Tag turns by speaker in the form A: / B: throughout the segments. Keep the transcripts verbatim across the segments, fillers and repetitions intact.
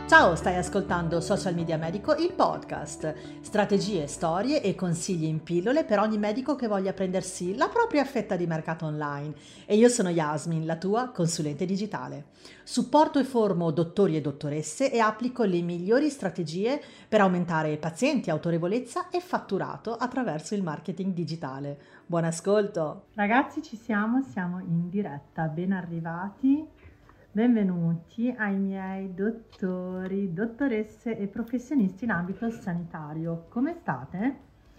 A: Ciao, stai ascoltando Social Media Medico, il podcast. Strategie, storie e consigli in pillole per ogni medico che voglia prendersi la propria fetta di mercato online. E io sono Yasmin, la tua consulente digitale. Supporto e formo dottori e dottoresse e applico le migliori strategie per aumentare pazienti, autorevolezza e fatturato attraverso il marketing digitale. Buon ascolto!
B: Ragazzi, ci siamo, siamo in diretta, ben arrivati. Benvenuti ai miei dottori, dottoresse e professionisti in ambito sanitario. Come state?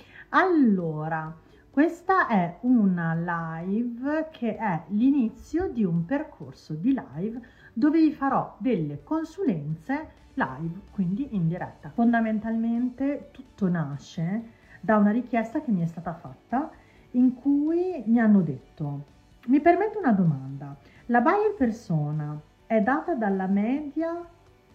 B: Allora, questa è una live che è l'inizio di un percorso di live dove vi farò delle consulenze live, quindi in diretta. Fondamentalmente tutto nasce da una richiesta che mi è stata fatta in cui mi hanno detto: mi permetto una domanda, la buyer persona è data dalla media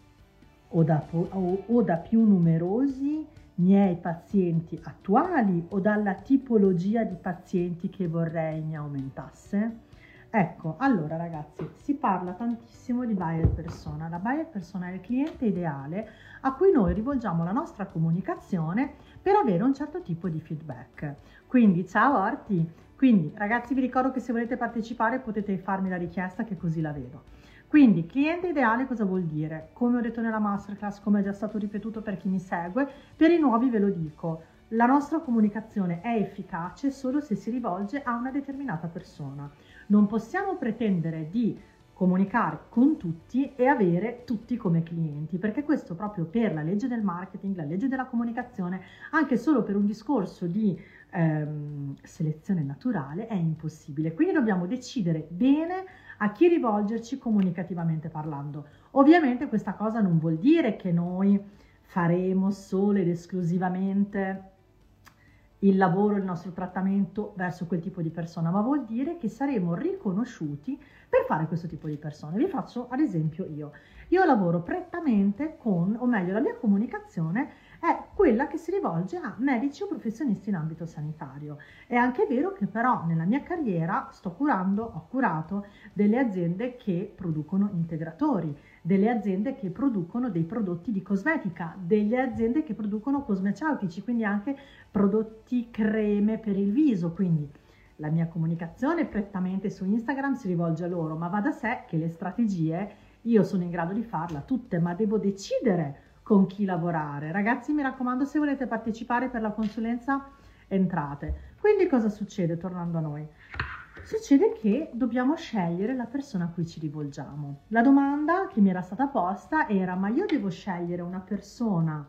B: o da, o, o da più numerosi miei pazienti attuali o dalla tipologia di pazienti che vorrei mi aumentasse? Ecco, allora ragazzi, si parla tantissimo di buyer persona. La buyer persona è il cliente ideale a cui noi rivolgiamo la nostra comunicazione per avere un certo tipo di feedback. Quindi, ciao Orti! Quindi, ragazzi, vi ricordo che se volete partecipare potete farmi la richiesta che così la vedo. Quindi, cliente ideale cosa vuol dire? Come ho detto nella masterclass, come è già stato ripetuto per chi mi segue, per i nuovi ve lo dico. La nostra comunicazione è efficace solo se si rivolge a una determinata persona. Non possiamo pretendere di comunicare con tutti e avere tutti come clienti, perché questo proprio per la legge del marketing, la legge della comunicazione, anche solo per un discorso di ehm, selezione naturale è impossibile. Quindi dobbiamo decidere bene a chi rivolgerci comunicativamente parlando. Ovviamente questa cosa non vuol dire che noi faremo solo ed esclusivamente il lavoro, il nostro trattamento verso quel tipo di persona, ma vuol dire che saremo riconosciuti per fare questo tipo di persone. Vi faccio ad esempio io. Io lavoro prettamente con, o meglio, la mia comunicazione è quella che si rivolge a medici o professionisti in ambito sanitario. È anche vero che però nella mia carriera sto curando, ho curato delle aziende che producono integratori, delle aziende che producono dei prodotti di cosmetica, delle aziende che producono cosmeceutici, quindi anche prodotti creme per il viso. Quindi la mia comunicazione prettamente su Instagram si rivolge a loro, ma va da sé che le strategie io sono in grado di farla tutte, ma devo decidere con chi lavorare. Ragazzi, mi raccomando, se volete partecipare per la consulenza, entrate. Quindi cosa succede tornando a noi? Succede che dobbiamo scegliere la persona a cui ci rivolgiamo. La domanda che mi era stata posta era: ma io devo scegliere una persona,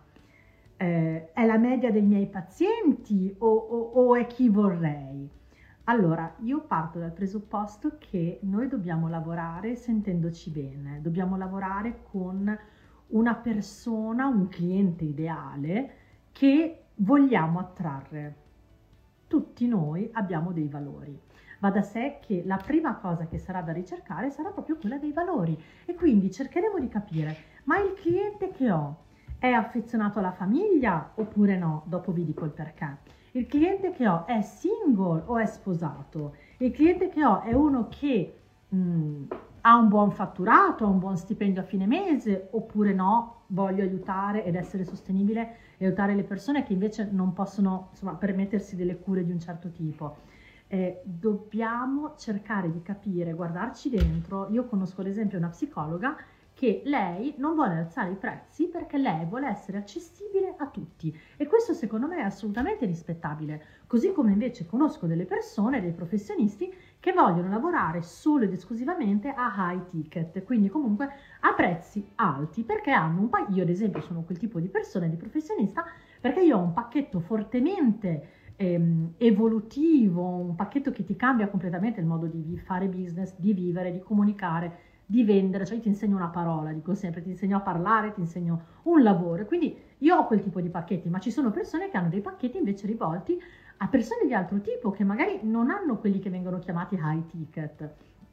B: eh, è la media dei miei pazienti o, o, o è chi vorrei? Allora, io parto dal presupposto che noi dobbiamo lavorare sentendoci bene, dobbiamo lavorare con una persona, un cliente ideale che vogliamo attrarre. Tutti noi abbiamo dei valori. Va da sé che la prima cosa che sarà da ricercare sarà proprio quella dei valori e quindi cercheremo di capire: ma il cliente che ho è affezionato alla famiglia oppure no? Dopo vi dico il perché. Il cliente che ho è single o è sposato? Il cliente che ho è uno che mh, ha un buon fatturato, ha un buon stipendio a fine mese oppure no? Voglio aiutare ed essere sostenibile e aiutare le persone che invece non possono, insomma, permettersi delle cure di un certo tipo. Eh, dobbiamo cercare di capire, guardarci dentro. Io conosco ad esempio una psicologa che lei non vuole alzare i prezzi perché lei vuole essere accessibile a tutti e questo secondo me è assolutamente rispettabile, così come invece conosco delle persone, dei professionisti che vogliono lavorare solo ed esclusivamente a high ticket, quindi comunque a prezzi alti, perché hanno un pa- io ad esempio sono quel tipo di persona, di professionista, perché io ho un pacchetto fortemente ehm, evolutivo, un pacchetto che ti cambia completamente il modo di fare business, di vivere, di comunicare, di vendere. Cioè io ti insegno una parola, dico sempre, ti insegno a parlare, ti insegno un lavoro, quindi io ho quel tipo di pacchetti, ma ci sono persone che hanno dei pacchetti invece rivolti a persone di altro tipo che magari non hanno quelli che vengono chiamati high ticket.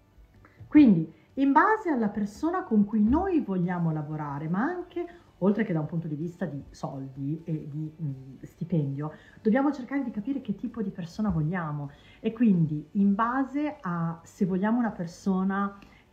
B: Quindi in base alla persona con cui noi vogliamo lavorare, ma anche oltre che da un punto di vista di soldi e di mh, stipendio, dobbiamo cercare di capire che tipo di persona vogliamo e quindi in base a se vogliamo una persona che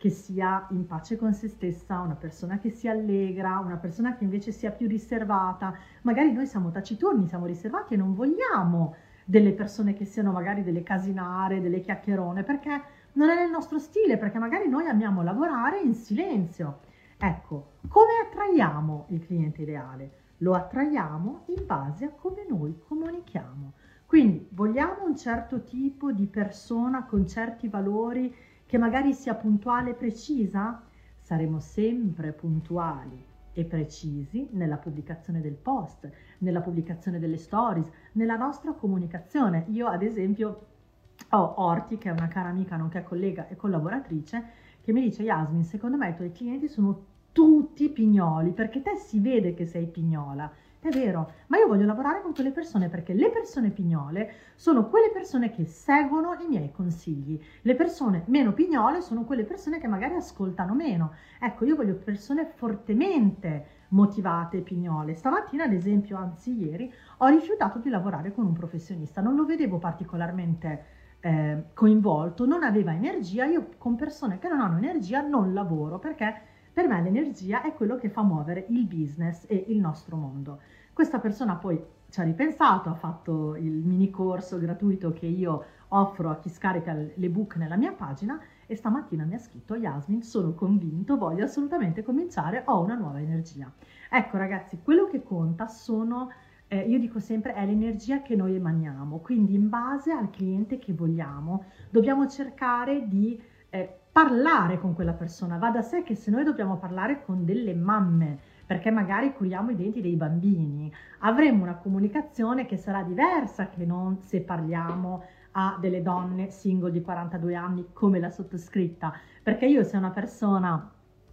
B: che sia in pace con se stessa, una persona che sia allegra, una persona che invece sia più riservata. Magari noi siamo taciturni, siamo riservati e non vogliamo delle persone che siano magari delle casinare, delle chiacchierone, perché non è nel nostro stile, perché magari noi amiamo lavorare in silenzio. Ecco, come attraiamo il cliente ideale? Lo attraiamo in base a come noi comunichiamo. Quindi vogliamo un certo tipo di persona con certi valori che magari sia puntuale e precisa? Saremo sempre puntuali e precisi nella pubblicazione del post, nella pubblicazione delle stories, nella nostra comunicazione. Io ad esempio ho Orti, che è una cara amica nonché collega e collaboratrice, che mi dice: Yasmin, secondo me i tuoi clienti sono tutti pignoli, perché te si vede che sei pignola. È vero, ma io voglio lavorare con quelle persone, perché le persone pignole sono quelle persone che seguono i miei consigli. Le persone meno pignole sono quelle persone che magari ascoltano meno. Ecco, io voglio persone fortemente motivate e pignole. Stamattina, ad esempio, anzi ieri, ho rifiutato di lavorare con un professionista. Non lo vedevo particolarmente eh, coinvolto, non aveva energia. Io con persone che non hanno energia non lavoro, perché per me l'energia è quello che fa muovere il business e il nostro mondo. Questa persona poi ci ha ripensato, ha fatto il mini corso gratuito che io offro a chi scarica l'ebook nella mia pagina e stamattina mi ha scritto: Yasmin, sono convinto, voglio assolutamente cominciare, ho una nuova energia. Ecco ragazzi, quello che conta sono, eh, io dico sempre, è l'energia che noi emaniamo, quindi in base al cliente che vogliamo dobbiamo cercare di eh, parlare con quella persona. Va da sé che se noi dobbiamo parlare con delle mamme, perché magari curiamo i denti dei bambini, avremo una comunicazione che sarà diversa che non se parliamo a delle donne single di quarantadue anni come la sottoscritta, perché io se una persona,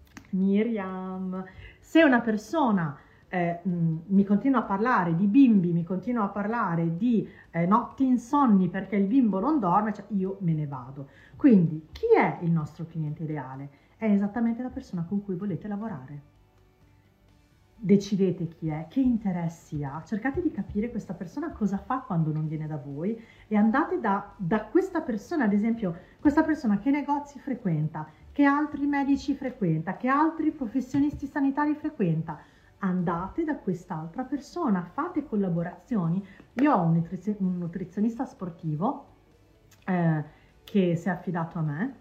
B: Miriam, se una persona eh, mh, mi continua a parlare di bimbi, mi continua a parlare di eh, notti insonni perché il bimbo non dorme, cioè io me ne vado. Quindi chi è il nostro cliente ideale? È esattamente la persona con cui volete lavorare. Decidete chi è, che interessi ha, cercate di capire questa persona cosa fa quando non viene da voi e andate da, da questa persona, ad esempio questa persona che negozi frequenta, che altri medici frequenta, che altri professionisti sanitari frequenta. Andate da quest'altra persona, fate collaborazioni. Io ho un, nutrizio, un nutrizionista sportivo eh, che si è affidato a me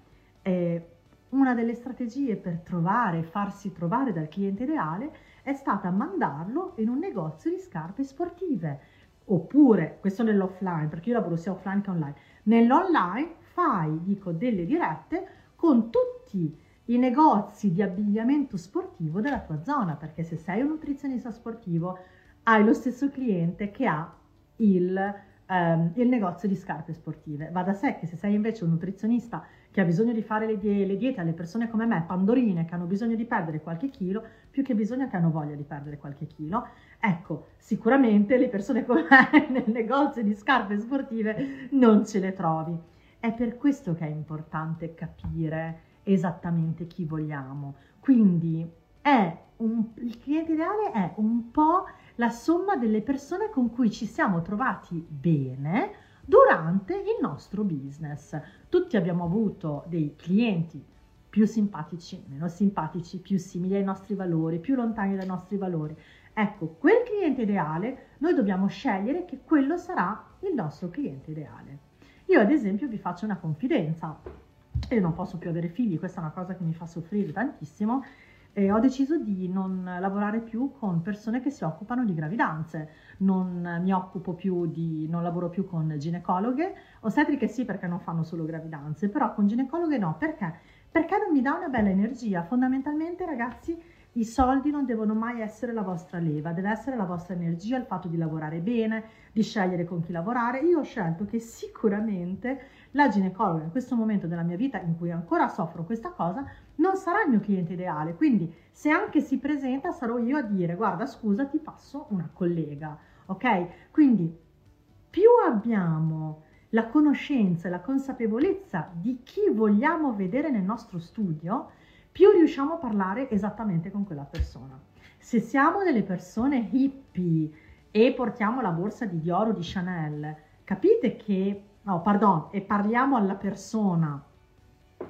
B: e una delle strategie per trovare, farsi trovare dal cliente ideale è stata mandarlo in un negozio di scarpe sportive. Oppure, questo nell'offline, perché io lavoro sia offline che online, nell'online fai, dico, delle dirette con tutti i negozi di abbigliamento sportivo della tua zona, perché se sei un nutrizionista sportivo hai lo stesso cliente che ha il, ehm, il negozio di scarpe sportive. Va da sé che se sei invece un nutrizionista che ha bisogno di fare le, die- le diete alle persone come me, pandorine, che hanno bisogno di perdere qualche chilo, più che bisogno che hanno voglia di perdere qualche chilo, ecco, sicuramente le persone come me nel negozio di scarpe sportive non ce le trovi. È per questo che è importante capire esattamente chi vogliamo. Quindi è un, il cliente ideale è un po' la somma delle persone con cui ci siamo trovati bene durante il nostro business. Tutti abbiamo avuto dei clienti più simpatici, meno simpatici, più simili ai nostri valori, più lontani dai nostri valori. Ecco, quel cliente ideale, noi dobbiamo scegliere che quello sarà il nostro cliente ideale. Io ad esempio vi faccio una confidenza. Io non posso più avere figli, questa è una cosa che mi fa soffrire tantissimo. E ho deciso di non lavorare più con persone che si occupano di gravidanze, non mi occupo più di, non lavoro più con ginecologhe, ostetriche sì perché non fanno solo gravidanze, però con ginecologhe no, perché? Perché non mi dà una bella energia. Fondamentalmente ragazzi, i soldi non devono mai essere la vostra leva, deve essere la vostra energia, il fatto di lavorare bene, di scegliere con chi lavorare. Io ho scelto che sicuramente la ginecologa in questo momento della mia vita in cui ancora soffro questa cosa non sarà il mio cliente ideale, quindi se anche si presenta sarò io a dire: guarda, scusa, ti passo una collega, ok? Quindi più abbiamo la conoscenza e la consapevolezza di chi vogliamo vedere nel nostro studio, più riusciamo a parlare esattamente con quella persona. Se siamo delle persone hippie e portiamo la borsa di Dior o di Chanel, capite che, no, pardon, e parliamo alla persona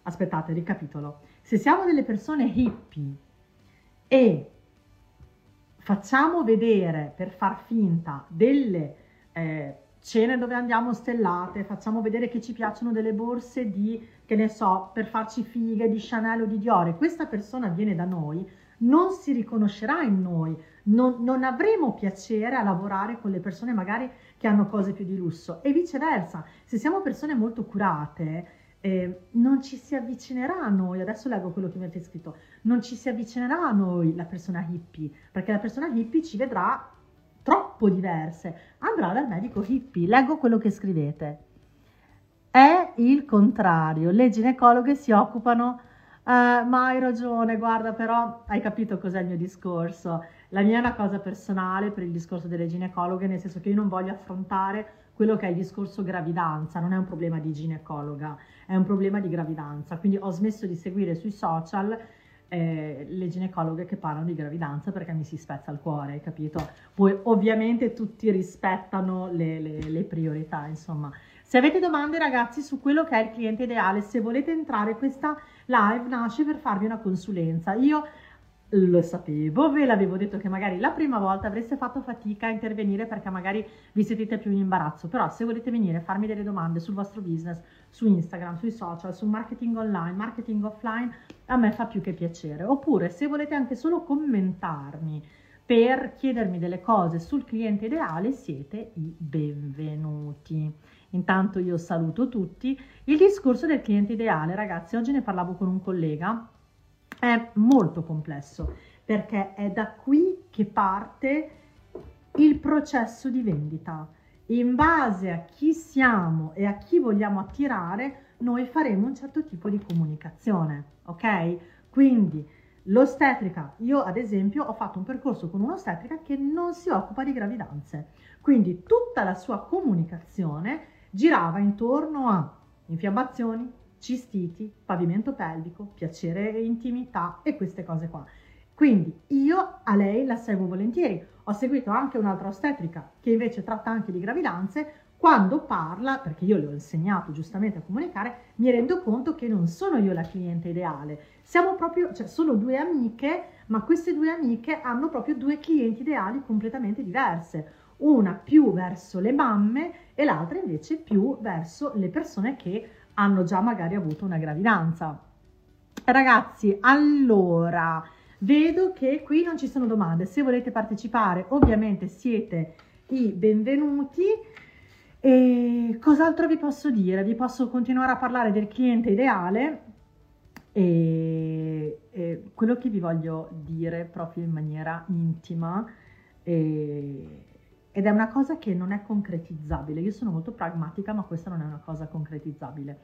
B: aspettate, ricapitolo. Se siamo delle persone hippie e facciamo vedere, per far finta, delle eh, cene dove andiamo stellate, facciamo vedere che ci piacciono delle borse di, che ne so, per farci fighe, di Chanel o di Dior, questa persona viene da noi, non si riconoscerà in noi, non, non avremo piacere a lavorare con le persone magari che hanno cose più di lusso, e viceversa. Se siamo persone molto curate, eh, non ci si avvicinerà a noi, adesso leggo quello che mi avete scritto, non ci si avvicinerà a noi la persona hippie, perché la persona hippie ci vedrà troppo diverse, andrà dal medico hippie. Leggo quello che scrivete. È il contrario, le ginecologhe si occupano, eh, ma hai ragione, guarda, però hai capito cos'è il mio discorso. La mia è una cosa personale per il discorso delle ginecologhe, nel senso che io non voglio affrontare quello che è il discorso gravidanza, non è un problema di ginecologa, è un problema di gravidanza, quindi ho smesso di seguire sui social eh, le ginecologhe che parlano di gravidanza perché mi si spezza il cuore, hai capito? Poi ovviamente tutti rispettano le, le, le priorità, insomma. Se avete domande ragazzi su quello che è il cliente ideale, se volete entrare, questa live nasce per farvi una consulenza. Io lo sapevo, ve l'avevo detto che magari la prima volta avreste fatto fatica a intervenire perché magari vi sentite più in imbarazzo, però se volete venire a farmi delle domande sul vostro business, su Instagram, sui social, sul marketing online, marketing offline, a me fa più che piacere. Oppure se volete anche solo commentarmi per chiedermi delle cose sul cliente ideale, siete i benvenuti. Intanto io saluto tutti. Il discorso del cliente ideale, ragazzi, oggi ne parlavo con un collega, è molto complesso perché è da qui che parte il processo di vendita. In base a chi siamo e a chi vogliamo attirare, noi faremo un certo tipo di comunicazione, ok? Quindi l'ostetrica, io ad esempio ho fatto un percorso con un'ostetrica che non si occupa di gravidanze, quindi tutta la sua comunicazione girava intorno a infiammazioni, cistiti, pavimento pelvico, piacere e intimità e queste cose qua. Quindi io a lei la seguo volentieri. Ho seguito anche un'altra ostetrica che invece tratta anche di gravidanze. Quando parla, perché io le ho insegnato giustamente a comunicare, mi rendo conto che non sono io la cliente ideale. Siamo proprio, cioè sono due amiche, ma queste due amiche hanno proprio due clienti ideali completamente diverse. Una più verso le mamme e l'altra invece più verso le persone che hanno già magari avuto una gravidanza. Ragazzi, allora, vedo che qui non ci sono domande. Se volete partecipare, ovviamente siete i benvenuti. E cos'altro vi posso dire? Vi posso continuare a parlare del cliente ideale e, e quello che vi voglio dire proprio in maniera intima e, ed è una cosa che non è concretizzabile. Io sono molto pragmatica, ma questa non è una cosa concretizzabile.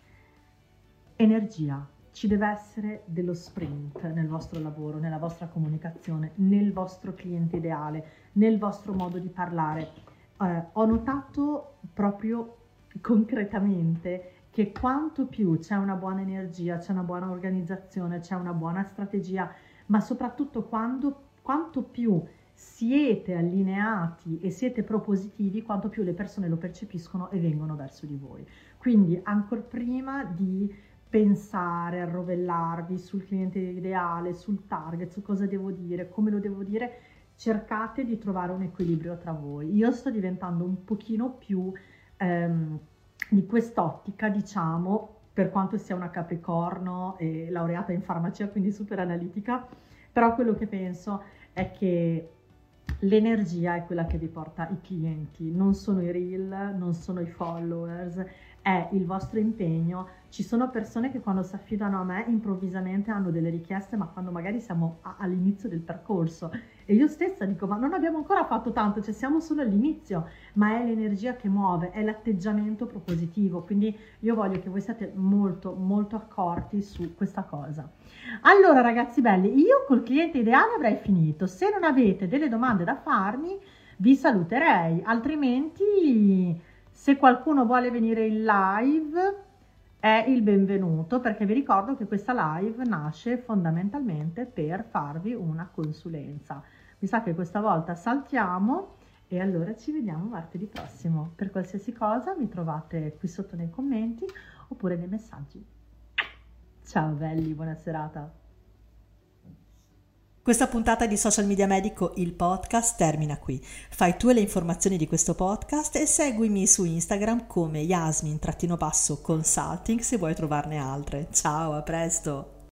B: Energia. Ci deve essere dello sprint nel vostro lavoro, nella vostra comunicazione, nel vostro cliente ideale, nel vostro modo di parlare. Eh, ho notato proprio concretamente che quanto più c'è una buona energia, c'è una buona organizzazione, c'è una buona strategia, ma soprattutto quando, quanto più siete allineati e siete propositivi, quanto più le persone lo percepiscono e vengono verso di voi. Quindi ancora prima di pensare, arrovellarvi sul cliente ideale, sul target, su cosa devo dire, come lo devo dire, cercate di trovare un equilibrio tra voi. Io sto diventando un pochino più ehm, di quest'ottica, diciamo, per quanto sia una Capricorno e laureata in farmacia, quindi super analitica, però quello che penso è che l'energia è quella che vi porta i clienti, non sono i reel, non sono i followers, è il vostro impegno. Ci sono persone che quando si affidano a me improvvisamente hanno delle richieste, ma quando magari siamo a, all'inizio del percorso e io stessa dico ma non abbiamo ancora fatto tanto, cioè siamo solo all'inizio, ma è l'energia che muove, è l'atteggiamento propositivo, quindi io voglio che voi siate molto molto accorti su questa cosa. Allora ragazzi belli, io col cliente ideale avrei finito. Se non avete delle domande da farmi vi saluterei, altrimenti se qualcuno vuole venire in live è il benvenuto, perché vi ricordo che questa live nasce fondamentalmente per farvi una consulenza. Mi sa che questa volta saltiamo e allora ci vediamo martedì prossimo. Per qualsiasi cosa mi trovate qui sotto nei commenti oppure nei messaggi. Ciao belli, buona serata.
A: Questa puntata di Social Media Medico, il podcast, termina qui. Fai tu le informazioni di questo podcast e seguimi su Instagram come Yasmin-consulting se vuoi trovarne altre. Ciao, a presto!